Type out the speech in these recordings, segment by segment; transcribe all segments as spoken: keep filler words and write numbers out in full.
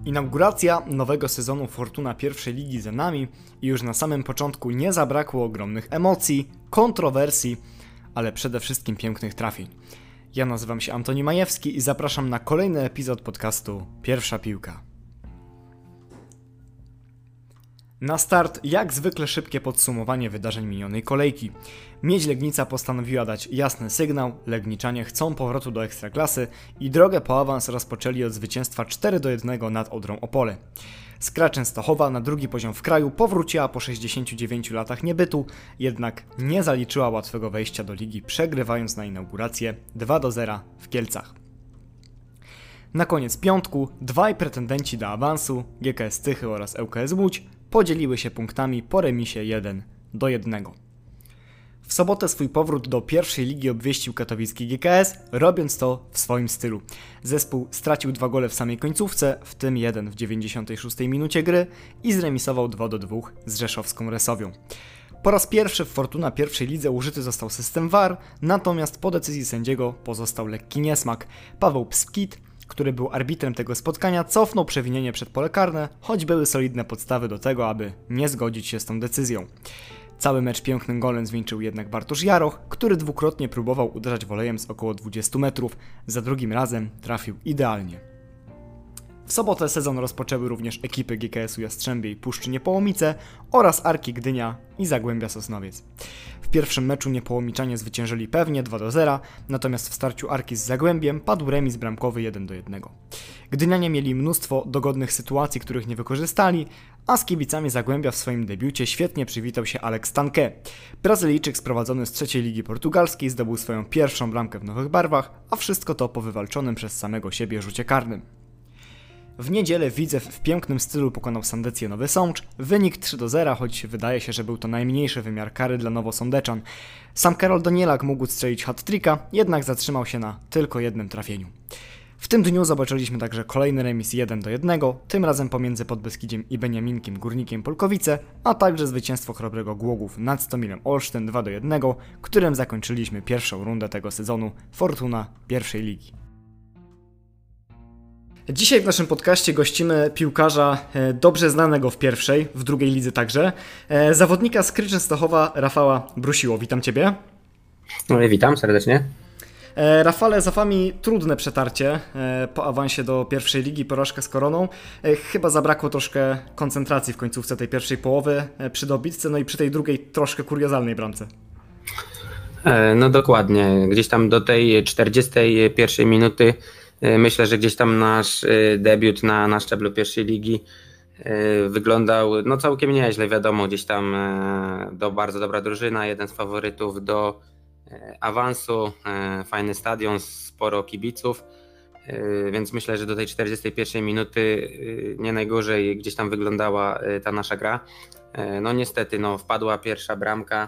Inauguracja nowego sezonu Fortuna pierwszej ligi za nami i już na samym początku nie zabrakło ogromnych emocji, kontrowersji, ale przede wszystkim pięknych trafień. Ja nazywam się Antoni Majewski i zapraszam na kolejny epizod podcastu Pierwsza Piłka. Na start jak zwykle szybkie podsumowanie wydarzeń minionej kolejki. Miedź Legnica postanowiła dać jasny sygnał, Legniczanie chcą powrotu do Ekstraklasy i drogę po awans rozpoczęli od zwycięstwa cztery do jednego nad Odrą Opole. Skra Częstochowa na drugi poziom w kraju powróciła po sześćdziesięciu dziewięciu latach niebytu, jednak nie zaliczyła łatwego wejścia do ligi, przegrywając na inaugurację dwa do zera w Kielcach. Na koniec piątku dwaj pretendenci do awansu, G K S Tychy oraz L K S Łódź, podzieliły się punktami po remisie jeden do jednego. W sobotę swój powrót do pierwszej ligi obwieścił katowicki G K S, robiąc to w swoim stylu. Zespół stracił dwa gole w samej końcówce, w tym jeden w dziewięćdziesiątej szóstej minucie gry i zremisował dwa do dwóch z rzeszowską Resowią. Po raz pierwszy w Fortuna pierwszej lidze użyty został system V A R, natomiast po decyzji sędziego pozostał lekki niesmak. Paweł Pskit, który był arbitrem tego spotkania, cofnął przewinienie przed pole karne, choć były solidne podstawy do tego, aby nie zgodzić się z tą decyzją. Cały mecz pięknym golem zwieńczył jednak Bartosz Jaroch, który dwukrotnie próbował uderzać wolejem z około dwudziestu metrów, za drugim razem trafił idealnie. W sobotę sezon rozpoczęły również ekipy G K S-u Jastrzębie i Puszczy Niepołomice oraz Arki Gdynia i Zagłębia Sosnowiec. W pierwszym meczu Niepołomiczanie zwyciężyli pewnie dwa do zera, natomiast w starciu Arki z Zagłębiem padł remis bramkowy jeden do jednego. Gdynianie mieli mnóstwo dogodnych sytuacji, których nie wykorzystali, a z kibicami Zagłębia w swoim debiucie świetnie przywitał się Alex Tanque. Brazylijczyk sprowadzony z trzeciej ligi portugalskiej zdobył swoją pierwszą bramkę w nowych barwach, a wszystko to po wywalczonym przez samego siebie rzucie karnym. W niedzielę Widzew w pięknym stylu pokonał Sandecję Nowy Sącz, wynik trzy do zera, choć wydaje się, że był to najmniejszy wymiar kary dla Nowosądeczan. Sam Karol Danielak mógł strzelić hat-tricka, jednak zatrzymał się na tylko jednym trafieniu. W tym dniu zobaczyliśmy także kolejny remis jeden do jednego, tym razem pomiędzy Podbeskidziem i Beniaminkiem Górnikiem Polkowice, a także zwycięstwo chrobrego Głogów nad Stomilem Olsztyn dwa do jednego, którym zakończyliśmy pierwszą rundę tego sezonu Fortuna pierwszej ligi. Dzisiaj w naszym podcaście gościmy piłkarza dobrze znanego w pierwszej, w drugiej lidze także, zawodnika Skry Częstochowa Rafała Brusiło. Witam Ciebie. No i witam serdecznie. Rafale, za Wami trudne przetarcie po awansie do pierwszej ligi, porażka z Koroną. Chyba zabrakło troszkę koncentracji w końcówce tej pierwszej połowy przy dobitce, no i przy tej drugiej troszkę kuriozalnej bramce. No dokładnie, gdzieś tam do tej czterdziestej pierwszej minuty myślę, że gdzieś tam nasz debiut na, na szczeblu pierwszej ligi wyglądał no całkiem nieźle, wiadomo, gdzieś tam do bardzo dobra drużyna, jeden z faworytów do awansu, fajny stadion, sporo kibiców, więc myślę, że do tej czterdziestej pierwszej minuty nie najgorzej gdzieś tam wyglądała ta nasza gra. No niestety no, wpadła pierwsza bramka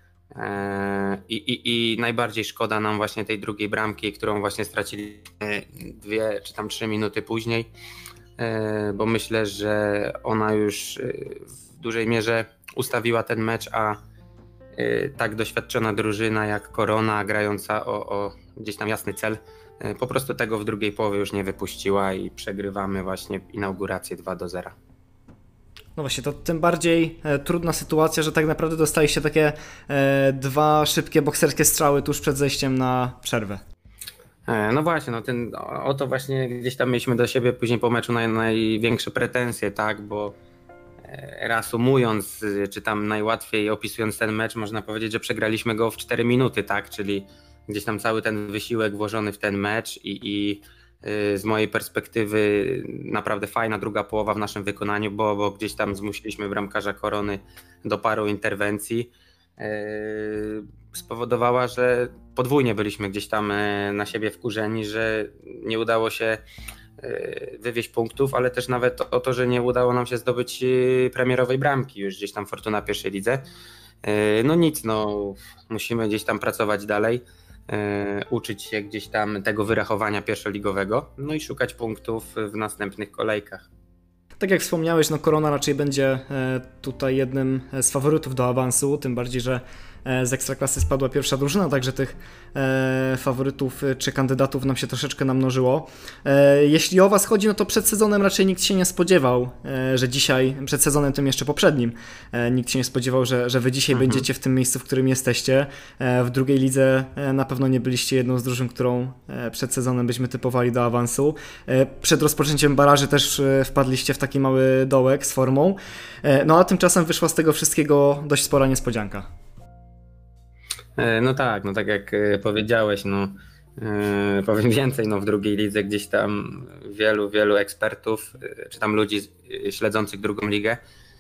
i, i, i najbardziej szkoda nam właśnie tej drugiej bramki, którą właśnie straciliśmy dwie czy tam trzy minuty później, bo myślę, że ona już w dużej mierze ustawiła ten mecz, a tak doświadczona drużyna jak Korona, grająca o, o gdzieś tam jasny cel, po prostu tego w drugiej połowie już nie wypuściła i przegrywamy właśnie inaugurację dwa do zera. No właśnie, to tym bardziej e, trudna sytuacja, że tak naprawdę dostaliście takie e, dwa szybkie bokserskie strzały tuż przed zejściem na przerwę. E, no właśnie, no ten, o, o to właśnie gdzieś tam mieliśmy do siebie później po meczu naj, największe pretensje, tak, bo e, reasumując, czy tam najłatwiej opisując ten mecz, można powiedzieć, że przegraliśmy go w cztery minuty, tak, czyli gdzieś tam cały ten wysiłek włożony w ten mecz i, i z mojej perspektywy naprawdę fajna druga połowa w naszym wykonaniu, bo, bo gdzieś tam zmusiliśmy bramkarza Korony do paru interwencji. Yy, spowodowała, że podwójnie byliśmy gdzieś tam na siebie wkurzeni, że nie udało się wywieźć punktów, ale też nawet o to, że nie udało nam się zdobyć premierowej bramki już gdzieś tam Fortuna pierwszej lidze. Yy, no nic, no musimy gdzieś tam pracować dalej. Uczyć się gdzieś tam tego wyrachowania pierwszoligowego, no i szukać punktów w następnych kolejkach. Tak jak wspomniałeś, no Korona raczej będzie tutaj jednym z faworytów do awansu, tym bardziej, że z Ekstraklasy spadła pierwsza drużyna, także tych faworytów czy kandydatów nam się troszeczkę namnożyło. Jeśli o was chodzi, no to przed sezonem raczej nikt się nie spodziewał, że dzisiaj, przed sezonem tym jeszcze poprzednim, nikt się nie spodziewał, że, że wy dzisiaj mhm. będziecie w tym miejscu, w którym jesteście. W drugiej lidze na pewno nie byliście jedną z drużyn, którą przed sezonem byśmy typowali do awansu. Przed rozpoczęciem baraży też wpadliście w taki mały dołek z formą. No a tymczasem wyszła z tego wszystkiego dość spora niespodzianka. No tak, no tak jak powiedziałeś, no yy, powiem więcej, no w drugiej lidze gdzieś tam wielu, wielu ekspertów, czy tam ludzi śledzących drugą ligę,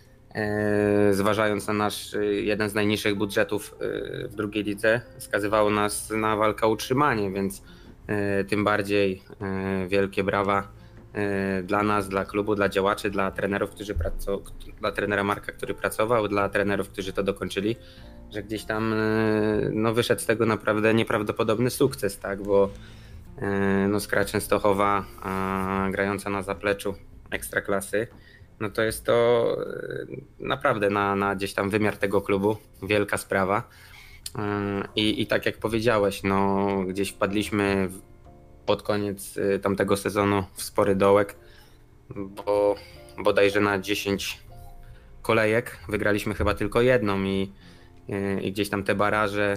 yy, zważając na nasz jeden z najniższych budżetów yy, w drugiej lidze, skazywało nas na walkę o utrzymanie, więc yy, tym bardziej yy, wielkie brawa yy, dla nas, dla klubu, dla działaczy, dla trenerów, którzy pracowali, dla trenera Marka, który pracował, dla trenerów, którzy to dokończyli, że gdzieś tam no, wyszedł z tego naprawdę nieprawdopodobny sukces, tak, bo no, Skra Częstochowa a, grająca na zapleczu Ekstraklasy, no to jest to naprawdę na, na gdzieś tam wymiar tego klubu wielka sprawa. I, i tak jak powiedziałeś, no, gdzieś wpadliśmy pod koniec tamtego sezonu w spory dołek, bo bodajże na dziesięć kolejek wygraliśmy chyba tylko jedną i i gdzieś tam te baraże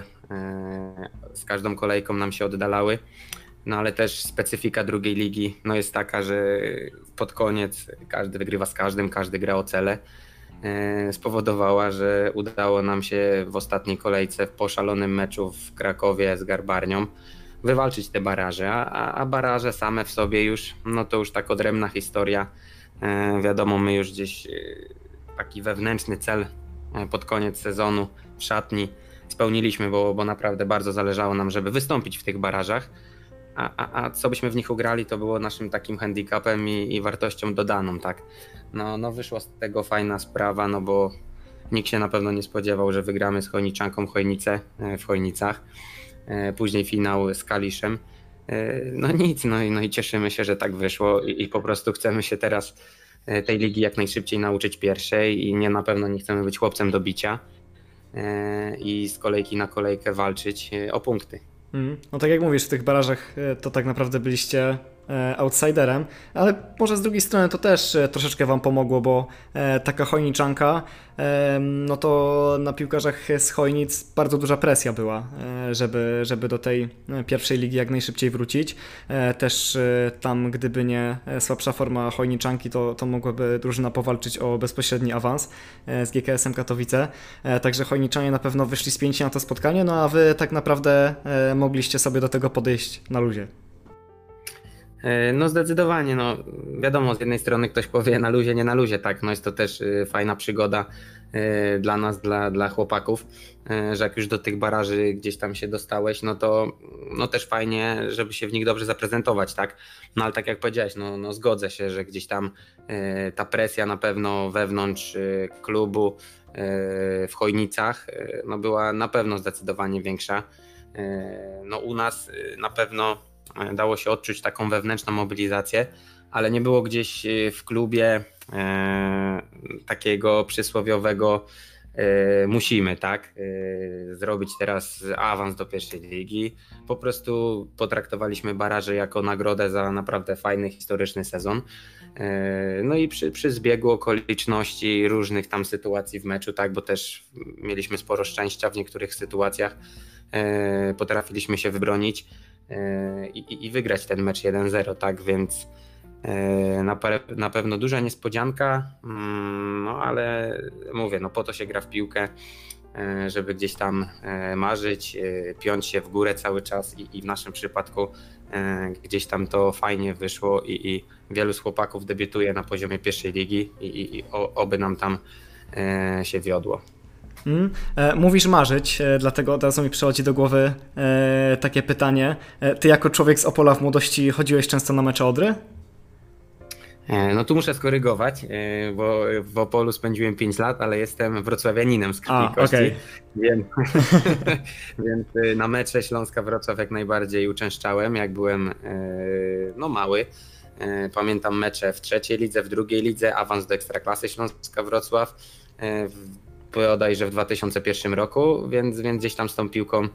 z każdą kolejką nam się oddalały, no ale też specyfika drugiej ligi no jest taka, że pod koniec każdy wygrywa z każdym, każdy gra o cele, spowodowała, że udało nam się w ostatniej kolejce w poszalonym meczu w Krakowie z Garbarnią wywalczyć te baraże, a, a baraże same w sobie już, no to już tak odrębna historia, wiadomo, my już gdzieś taki wewnętrzny cel pod koniec sezonu w szatni spełniliśmy, bo, bo naprawdę bardzo zależało nam, żeby wystąpić w tych barażach, a, a, a co byśmy w nich ugrali, to było naszym takim handicapem i, i wartością dodaną, tak. No, no wyszła z tego fajna sprawa, no bo nikt się na pewno nie spodziewał, że wygramy z Chojniczanką Chojnice w Chojnicach, później finał z Kaliszem. No nic, no i, no i cieszymy się, że tak wyszło i, i po prostu chcemy się teraz tej ligi jak najszybciej nauczyć pierwszej i nie na pewno nie chcemy być chłopcem do bicia i z kolejki na kolejkę walczyć o punkty. Mm, no tak jak mówisz, w tych barażach to tak naprawdę byliście outsiderem, ale może z drugiej strony to też troszeczkę wam pomogło, bo taka Chojniczanka, no to na piłkarzach z Chojnic bardzo duża presja była, żeby, żeby do tej pierwszej ligi jak najszybciej wrócić. Też tam, gdyby nie słabsza forma Chojniczanki, to, to mogłaby drużyna powalczyć o bezpośredni awans z G K S-em Katowice. Także Chojniczanie na pewno wyszli spięci na to spotkanie, no a wy tak naprawdę mogliście sobie do tego podejść na luzie. No zdecydowanie, no wiadomo, z jednej strony ktoś powie na luzie, nie na luzie, tak, no jest to też fajna przygoda dla nas, dla, dla chłopaków, że jak już do tych baraży gdzieś tam się dostałeś, no to no też fajnie, żeby się w nich dobrze zaprezentować, tak, no ale tak jak powiedziałeś, no, no zgodzę się, że gdzieś tam ta presja na pewno wewnątrz klubu w Chojnicach no była na pewno zdecydowanie większa, no u nas na pewno dało się odczuć taką wewnętrzną mobilizację, ale nie było gdzieś w klubie e, takiego przysłowiowego e, musimy, tak, e, zrobić teraz awans do pierwszej ligi. Po prostu potraktowaliśmy baraże jako nagrodę za naprawdę fajny, historyczny sezon. E, no i przy, przy zbiegu okoliczności różnych tam sytuacji w meczu, tak, bo też mieliśmy sporo szczęścia w niektórych sytuacjach, e, potrafiliśmy się wybronić I, i wygrać ten mecz jeden zero, tak, więc na, na pewno duża niespodzianka, no ale mówię, no po to się gra w piłkę, żeby gdzieś tam marzyć, piąć się w górę cały czas i, i w naszym przypadku gdzieś tam to fajnie wyszło i, i wielu z chłopaków debiutuje na poziomie pierwszej ligi i, i, i oby nam tam się wiodło. Hmm. Mówisz marzyć, dlatego od razu mi przychodzi do głowy e, takie pytanie. Ty jako człowiek z Opola w młodości chodziłeś często na mecze Odry? No tu muszę skorygować, bo w Opolu spędziłem pięć lat, ale jestem wrocławianinem z krwi i kości, okay. więc, więc na mecze Śląska Wrocław jak najbardziej uczęszczałem, jak byłem no, mały. Pamiętam mecze w trzeciej lidze, w drugiej lidze, awans do Ekstraklasy Śląska Wrocław. bodajże w dwa tysiące pierwszym roku, więc, więc gdzieś tam z tą piłką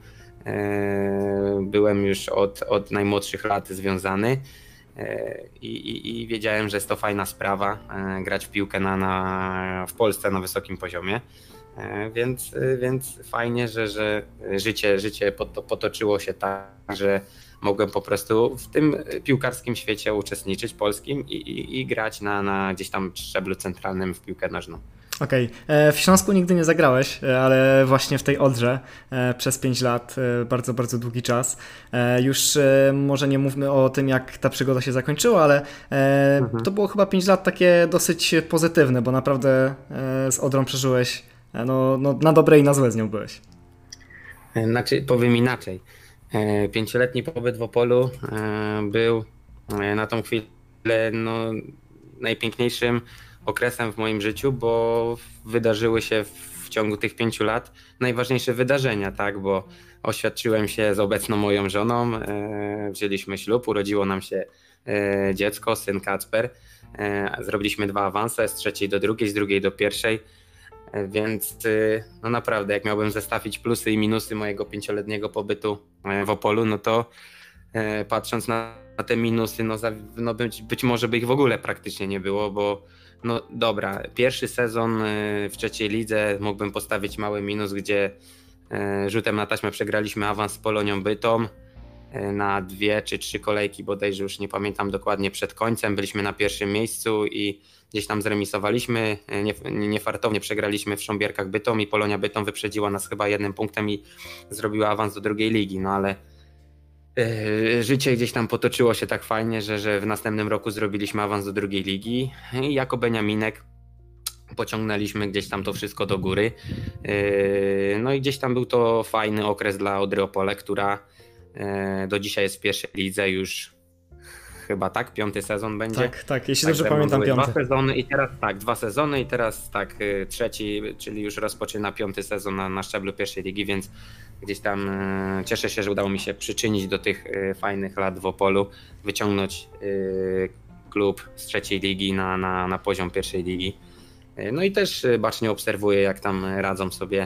byłem już od, od najmłodszych lat związany i, i, i wiedziałem, że jest to fajna sprawa grać w piłkę na, na, w Polsce na wysokim poziomie, więc, więc fajnie, że, że życie, życie potoczyło się tak, że mogłem po prostu w tym piłkarskim świecie uczestniczyć, polskim i, i, i grać na, na gdzieś tam szczeblu centralnym w piłkę nożną. Okej, okay. W Śląsku nigdy nie zagrałeś, ale właśnie w tej Odrze przez pięć lat, bardzo, bardzo długi czas. Już może nie mówmy o tym, jak ta przygoda się zakończyła, ale mhm. to było chyba pięć lat takie dosyć pozytywne, bo naprawdę z Odrą przeżyłeś no, no, na dobre i na złe z nią byłeś. Znaczy, powiem inaczej. Pięcioletni pobyt w Opolu był na tą chwilę no, najpiękniejszym okresem w moim życiu, bo wydarzyły się w ciągu tych pięciu lat najważniejsze wydarzenia, tak, bo oświadczyłem się z obecną moją żoną, wzięliśmy ślub, urodziło nam się dziecko, syn Kacper, zrobiliśmy dwa awanse z trzeciej do drugiej, z drugiej do pierwszej, więc no naprawdę jak miałbym zestawić plusy i minusy mojego pięcioletniego pobytu w Opolu, no to patrząc na te minusy, no, no być, być może by ich w ogóle praktycznie nie było, bo no dobra, pierwszy sezon w trzeciej lidze mógłbym postawić mały minus, gdzie rzutem na taśmę przegraliśmy awans z Polonią Bytom na dwie czy trzy kolejki, bodajże już nie pamiętam dokładnie, przed końcem byliśmy na pierwszym miejscu i gdzieś tam zremisowaliśmy, niefartownie przegraliśmy w Sząbierkach Bytom i Polonia Bytom wyprzedziła nas chyba jednym punktem i zrobiła awans do drugiej ligi, no ale życie gdzieś tam potoczyło się tak fajnie, że, że w następnym roku zrobiliśmy awans do drugiej ligi i jako Beniaminek pociągnęliśmy gdzieś tam to wszystko do góry. No i gdzieś tam był to fajny okres dla Odry Opole, która do dzisiaj jest w pierwszej lidze już chyba tak, piąty sezon będzie. Tak, tak, jeśli dobrze pamiętam, piąty. Dwa sezony i teraz tak, dwa sezony i teraz tak, trzeci, czyli już rozpoczyna piąty sezon na, na szczeblu pierwszej ligi, więc gdzieś tam e, cieszę się, że udało mi się przyczynić do tych e, fajnych lat w Opolu, wyciągnąć e, klub z trzeciej ligi na, na, na poziom pierwszej ligi. E, no i też bacznie obserwuję, jak tam radzą sobie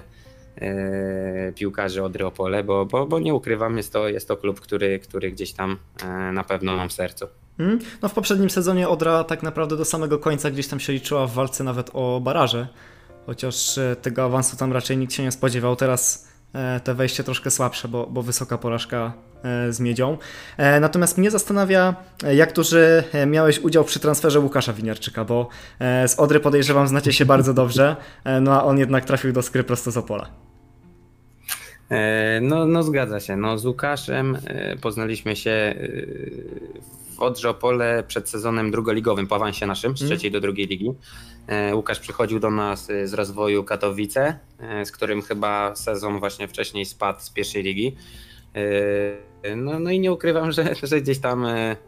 e, piłkarze Odry Opole, bo, bo, bo nie ukrywam, jest to, jest to klub, który, który gdzieś tam e, na pewno mam w sercu. Hmm. No w poprzednim sezonie Odra tak naprawdę do samego końca gdzieś tam się liczyła w walce nawet o baraże, chociaż tego awansu tam raczej nikt się nie spodziewał. Teraz te wejście troszkę słabsze, bo, bo wysoka porażka z Miedzią. Natomiast mnie zastanawia, jak duży miałeś udział przy transferze Łukasza Winiarczyka, bo z Odry podejrzewam znacie się bardzo dobrze, no a on jednak trafił do Skry prosto z Opola. No, no zgadza się. No, z Łukaszem poznaliśmy się w Odrze Opole przed sezonem drugoligowym po awansie naszym z trzeciej do drugiej ligi. Łukasz przychodził do nas z rozwoju Katowice, z którym chyba sezon właśnie wcześniej spadł z pierwszej ligi. No, no i nie ukrywam, że, że gdzieś tam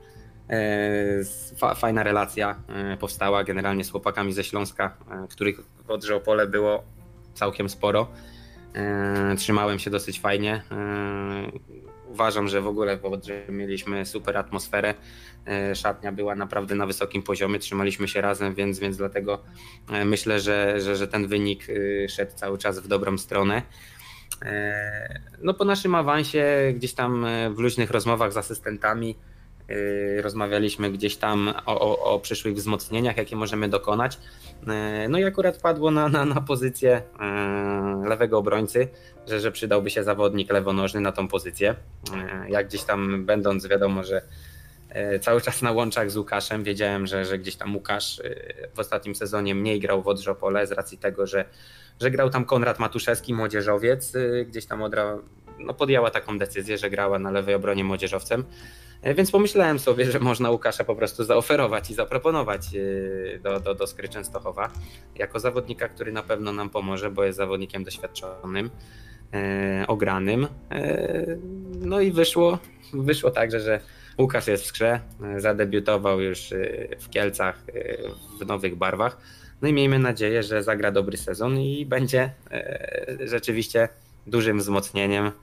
fajna relacja powstała generalnie z chłopakami ze Śląska, których w Odrze Opole było całkiem sporo. Trzymałem się dosyć fajnie. Uważam, że w ogóle w Odrze mieliśmy super atmosferę. Szatnia była naprawdę na wysokim poziomie, trzymaliśmy się razem, więc, więc dlatego myślę, że, że, że ten wynik szedł cały czas w dobrą stronę. No po naszym awansie gdzieś tam w luźnych rozmowach z asystentami rozmawialiśmy gdzieś tam o, o, o przyszłych wzmocnieniach, jakie możemy dokonać. No i akurat padło na, na, na pozycję lewego obrońcy, że, że przydałby się zawodnik lewonożny na tą pozycję. Jak gdzieś tam będąc, wiadomo, że cały czas na łączach z Łukaszem, wiedziałem, że, że gdzieś tam Łukasz w ostatnim sezonie mniej grał w Odrze Opole z racji tego, że, że grał tam Konrad Matuszewski, młodzieżowiec. Gdzieś tam Odra no, podjęła taką decyzję, że grała na lewej obronie młodzieżowcem. Więc pomyślałem sobie, że można Łukasza po prostu zaoferować i zaproponować do, do, do Skry Częstochowa jako zawodnika, który na pewno nam pomoże, bo jest zawodnikiem doświadczonym, e, ogranym. E, no i wyszło, wyszło tak, że, że Łukasz jest w Skrze, zadebiutował już w Kielcach w nowych barwach. No i miejmy nadzieję, że zagra dobry sezon i będzie e, rzeczywiście dużym wzmocnieniem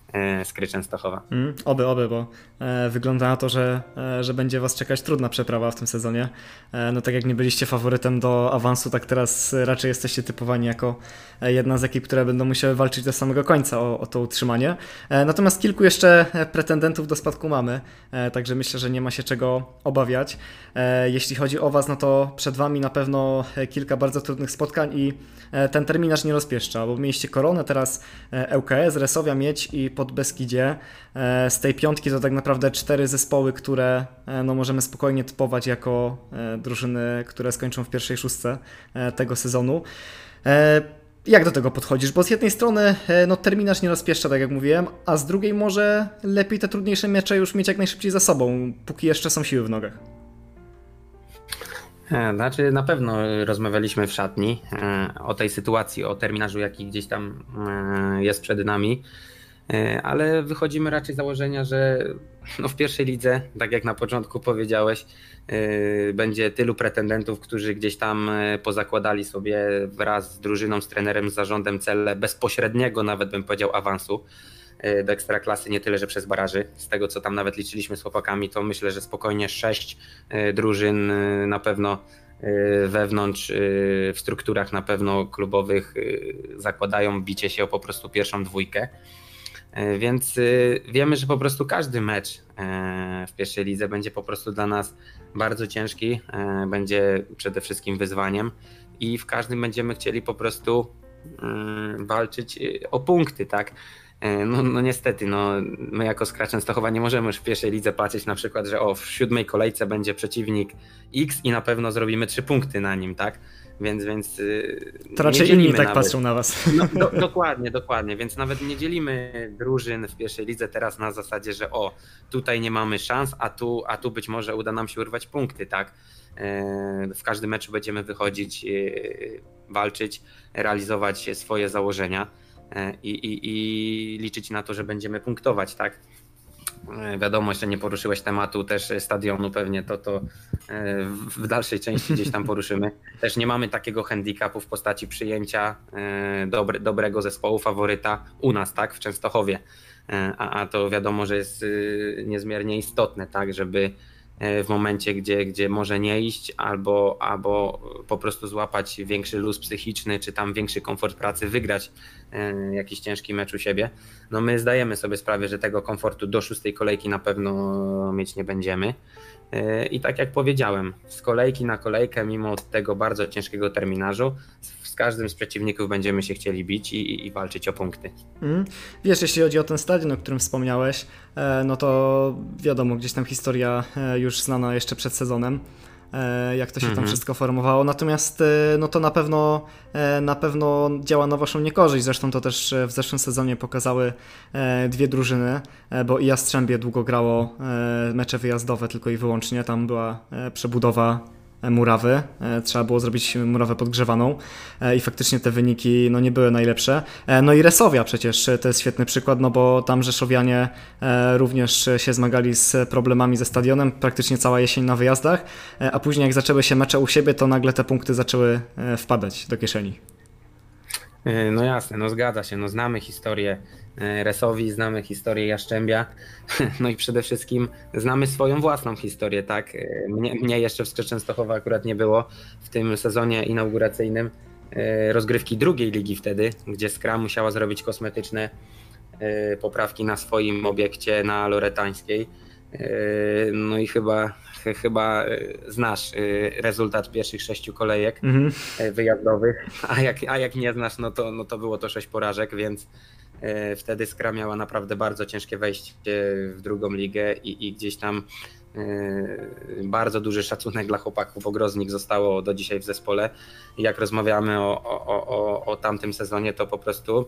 Skry Częstochowa. Mm, oby, oby, bo e, wygląda na to, że, e, że będzie was czekać trudna przeprawa w tym sezonie. E, no tak jak nie byliście faworytem do awansu, tak teraz raczej jesteście typowani jako jedna z ekip, które będą musiały walczyć do samego końca o, o to utrzymanie. E, natomiast kilku jeszcze pretendentów do spadku mamy, e, także myślę, że nie ma się czego obawiać. E, jeśli chodzi o was, no to przed wami na pewno kilka bardzo trudnych spotkań i e, ten terminarz nie rozpieszcza, bo mieliście Koronę, teraz e, ŁKS, Resowia, Miedź i Podbeskidzie. E, z tej piątki to tak naprawdę cztery zespoły, które e, no, możemy spokojnie typować jako e, drużyny, które skończą w pierwszej szóstce e, tego sezonu. E, Jak do tego podchodzisz? Bo z jednej strony no, terminarz nie rozpieszcza, tak jak mówiłem, a z drugiej może lepiej te trudniejsze mecze już mieć jak najszybciej za sobą, póki jeszcze są siły w nogach. Znaczy na pewno rozmawialiśmy w szatni o tej sytuacji, o terminarzu, jaki gdzieś tam jest przed nami, ale wychodzimy raczej z założenia, że no w pierwszej lidze, tak jak na początku powiedziałeś, będzie tylu pretendentów, którzy gdzieś tam pozakładali sobie wraz z drużyną, z trenerem, z zarządem cele bezpośredniego, nawet bym powiedział, awansu do Ekstraklasy, nie tyle, że przez baraży. Z tego, co tam nawet liczyliśmy z chłopakami, to myślę, że spokojnie sześć drużyn na pewno wewnątrz, w strukturach na pewno klubowych zakładają bicie się o po prostu pierwszą dwójkę. Więc wiemy, że po prostu każdy mecz w pierwszej lidze będzie po prostu dla nas bardzo ciężki, będzie przede wszystkim wyzwaniem i w każdym będziemy chcieli po prostu walczyć o punkty, tak? No, no niestety, no, my jako Skra Częstochowa nie możemy już w pierwszej lidze patrzeć na przykład, że o, w siódmej kolejce będzie przeciwnik X i na pewno zrobimy trzy punkty na nim, tak? Więc, więc to raczej inni tak nawet patrzą na was. No, do, dokładnie, dokładnie, więc nawet nie dzielimy drużyn w pierwszej lidze teraz na zasadzie, że o, tutaj nie mamy szans, a tu, a tu być może uda nam się urwać punkty, tak? W każdym meczu będziemy wychodzić, walczyć, realizować swoje założenia i, i, i liczyć na to, że będziemy punktować, tak? Wiadomo, jeszcze nie poruszyłeś tematu też stadionu, pewnie to, to w dalszej części gdzieś tam poruszymy. Też nie mamy takiego handicapu w postaci przyjęcia dobre, dobrego zespołu, faworyta u nas, tak, w Częstochowie. A, a to wiadomo, że jest niezmiernie istotne, tak, żeby w momencie, gdzie, gdzie może nie iść, albo, albo po prostu złapać większy luz psychiczny, czy tam większy komfort pracy, wygrać jakiś ciężki mecz u siebie. No my zdajemy sobie sprawę, że tego komfortu do szóstej kolejki na pewno mieć nie będziemy. I tak jak powiedziałem, z kolejki na kolejkę, mimo tego bardzo ciężkiego terminarzu, z każdym z przeciwników będziemy się chcieli bić i, i walczyć o punkty. Mm. Wiesz, jeśli chodzi o ten stadion, o którym wspomniałeś, no to wiadomo, gdzieś tam historia już znana jeszcze przed sezonem, jak to się tam mm-hmm. wszystko formowało, natomiast no to na pewno na pewno działa na waszą niekorzyść, zresztą to też w zeszłym sezonie pokazały dwie drużyny, bo i Jastrzębie długo grało mecze wyjazdowe tylko i wyłącznie, tam była przebudowa murawy, trzeba było zrobić murawę podgrzewaną i faktycznie te wyniki no, nie były najlepsze. No i Resowia przecież to jest świetny przykład, no bo tam Rzeszowianie również się zmagali z problemami ze stadionem, praktycznie cała jesień na wyjazdach, a później jak zaczęły się mecze u siebie, to nagle te punkty zaczęły wpadać do kieszeni. No jasne, no zgadza się, no znamy historię Resowi, znamy historię Jastrzębia, no i przede wszystkim znamy swoją własną historię, tak? Mnie, mnie jeszcze w Skrze Częstochowa akurat nie było w tym sezonie inauguracyjnym rozgrywki drugiej ligi wtedy, gdzie Skra musiała zrobić kosmetyczne poprawki na swoim obiekcie na Loretańskiej. No i chyba, chyba znasz rezultat pierwszych sześciu kolejek mhm. wyjazdowych, a jak, a jak nie znasz, no to, no to było to sześć porażek, więc wtedy Skra miała naprawdę bardzo ciężkie wejście w drugą ligę i, i gdzieś tam bardzo duży szacunek dla chłopaków Ogroznik zostało do dzisiaj w zespole. I jak rozmawiamy o, o, o, o tamtym sezonie, to po prostu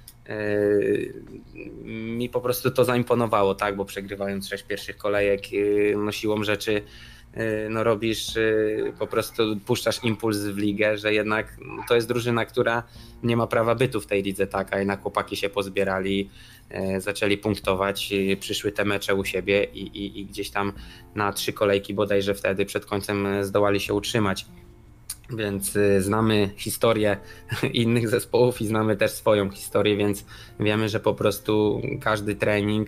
mi po prostu to zaimponowało, tak, bo przegrywając sześć pierwszych kolejek, no siłą rzeczy no robisz, po prostu puszczasz impuls w ligę, że jednak to jest drużyna, która nie ma prawa bytu w tej lidze, tak, a jednak chłopaki się pozbierali, zaczęli punktować, przyszły te mecze u siebie i, i, i gdzieś tam na trzy kolejki bodajże wtedy przed końcem zdołali się utrzymać. więc znamy historię innych zespołów i znamy też swoją historię, więc wiemy, że po prostu każdy trening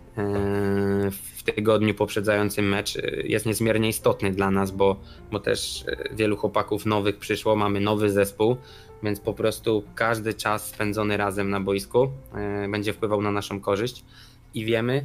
w tygodniu poprzedzającym mecz jest niezmiernie istotny dla nas, bo, bo też wielu chłopaków nowych przyszło, mamy nowy zespół, więc po prostu każdy czas spędzony razem na boisku będzie wpływał na naszą korzyść i wiemy,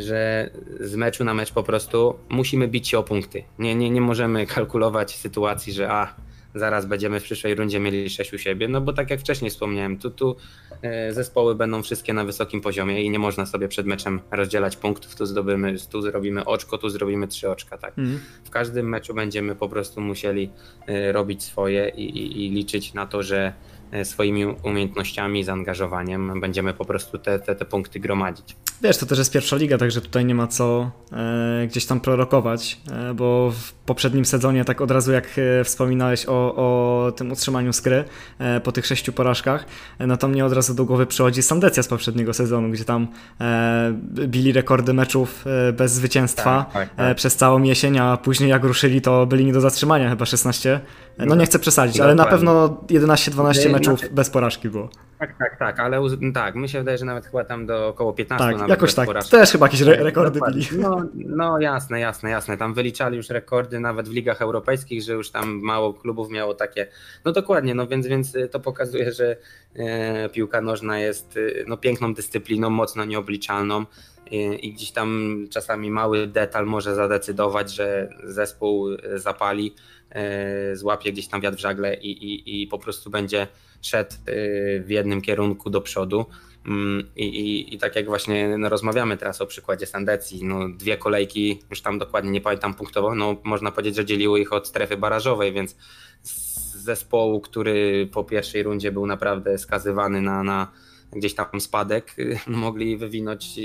że z meczu na mecz po prostu musimy bić się o punkty. Nie, nie, nie możemy kalkulować sytuacji, że a, zaraz będziemy w przyszłej rundzie mieli sześć u siebie, no bo tak jak wcześniej wspomniałem, tu, tu zespoły będą wszystkie na wysokim poziomie i nie można sobie przed meczem rozdzielać punktów, tu zdobymy, tu zrobimy oczko, tu zrobimy trzy oczka, tak. Mm. W każdym meczu będziemy po prostu musieli robić swoje i, i, i liczyć na to, że swoimi umiejętnościami, zaangażowaniem będziemy po prostu te, te, te punkty gromadzić. Wiesz, to też jest pierwsza liga, także tutaj nie ma co e, gdzieś tam prorokować, e, bo w poprzednim sezonie tak od razu jak e, wspominałeś o, o tym utrzymaniu skry e, po tych sześciu porażkach, e, no to mnie od razu do głowy przychodzi Sandecja z poprzedniego sezonu, gdzie tam e, bili rekordy meczów e, bez zwycięstwa tak, tak, tak. E, przez całą jesień, a później jak ruszyli, to byli nie do zatrzymania, chyba szesnaście. No nie chcę przesadzić, ale na pewno jedenaście dwanaście meczów bez porażki było. Tak, tak, tak, ale tak, mi się wydaje, że nawet chyba tam do około piętnastu tak, nawet jakoś bez tak, porażki. Też chyba jakieś re- rekordy byli. No, no jasne, jasne, jasne, tam wyliczali już rekordy nawet w ligach europejskich, że już tam mało klubów miało takie, no dokładnie, no więc, więc to pokazuje, że e, piłka nożna jest no, piękną dyscypliną, mocno nieobliczalną i, i gdzieś tam czasami mały detal może zadecydować, że zespół zapali, e, złapie gdzieś tam wiatr w żagle i, i, i po prostu będzie szedł w jednym kierunku do przodu i, i, i tak jak właśnie no, rozmawiamy teraz o przykładzie Sandecji, no dwie kolejki, już tam dokładnie nie pamiętam punktowo, no można powiedzieć, że dzieliły ich od strefy barażowej, więc z zespołu, który po pierwszej rundzie był naprawdę skazywany na, na gdzieś tam spadek, mogli wywinąć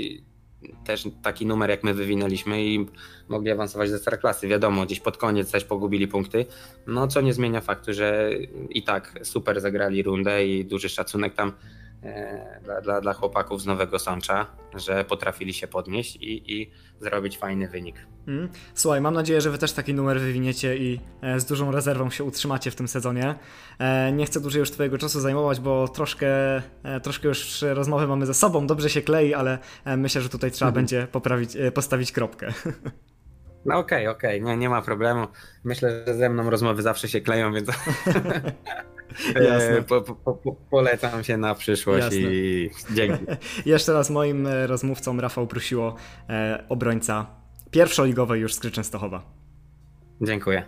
też taki numer jak my wywinęliśmy i mogli awansować do Ekstraklasy. Wiadomo, gdzieś pod koniec też pogubili punkty, no co nie zmienia faktu, że i tak super zagrali rundę i duży szacunek tam e, dla, dla, dla chłopaków z Nowego Sącza, że potrafili się podnieść i, i zrobić fajny wynik. Mm. Słuchaj, mam nadzieję, że wy też taki numer wywiniecie i e, z dużą rezerwą się utrzymacie w tym sezonie. E, nie chcę dłużej już twojego czasu zajmować, bo troszkę, e, troszkę już rozmowy mamy ze sobą, dobrze się klei, ale e, myślę, że tutaj trzeba mhm. będzie poprawić, e, postawić kropkę. No okej, okay, okej, okay. nie, nie ma problemu. Myślę, że ze mną rozmowy zawsze się kleją, więc po, po, po, polecam się na przyszłość. Jasne. I dzięki. Jeszcze raz moim rozmówcą Rafał Prusiło, e, obrońca pierwszoligowej już Skry Częstochowa. Dziękuję.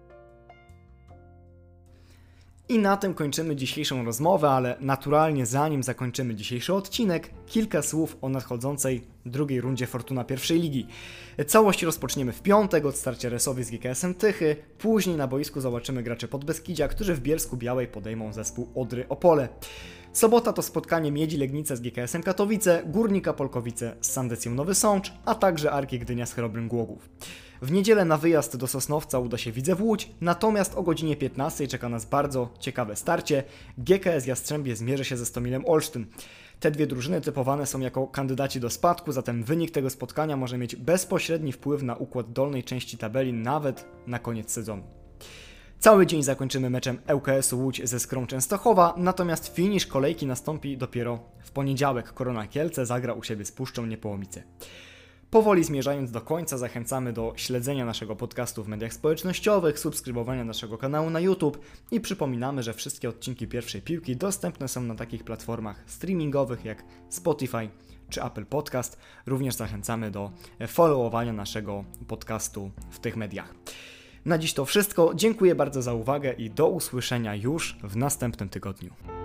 I na tym kończymy dzisiejszą rozmowę, ale naturalnie zanim zakończymy dzisiejszy odcinek, kilka słów o nadchodzącej drugiej rundzie Fortuna pierwszej ligi. Całość rozpoczniemy w piątek od starcia Resowi z G K S-em Tychy, później na boisku zobaczymy graczy Podbeskidzia, którzy w Bielsku Białej podejmą zespół Odry Opole. Sobota to spotkanie Miedzi Legnica z G K S-em Katowice, Górnika Polkowice z Sandecją Nowy Sącz, a także Arki Gdynia z Chrobrym Głogów. W niedzielę na wyjazd do Sosnowca uda się Widzew Łódź, natomiast o godzinie piętnastej czeka nas bardzo ciekawe starcie. G K S Jastrzębie zmierzy się ze Stomilem Olsztyn. Te dwie drużyny typowane są jako kandydaci do spadku, zatem wynik tego spotkania może mieć bezpośredni wpływ na układ dolnej części tabeli, nawet na koniec sezonu. Cały dzień zakończymy meczem L K S-u Łódź ze Skrą Częstochowa, natomiast finisz kolejki nastąpi dopiero w poniedziałek. Korona Kielce zagra u siebie z Puszczą Niepołomice. Powoli zmierzając do końca, zachęcamy do śledzenia naszego podcastu w mediach społecznościowych, subskrybowania naszego kanału na YouTube i przypominamy, że wszystkie odcinki Pierwszej Piłki dostępne są na takich platformach streamingowych jak Spotify czy Apple Podcast. Również zachęcamy do followowania naszego podcastu w tych mediach. Na dziś to wszystko. Dziękuję bardzo za uwagę i do usłyszenia już w następnym tygodniu.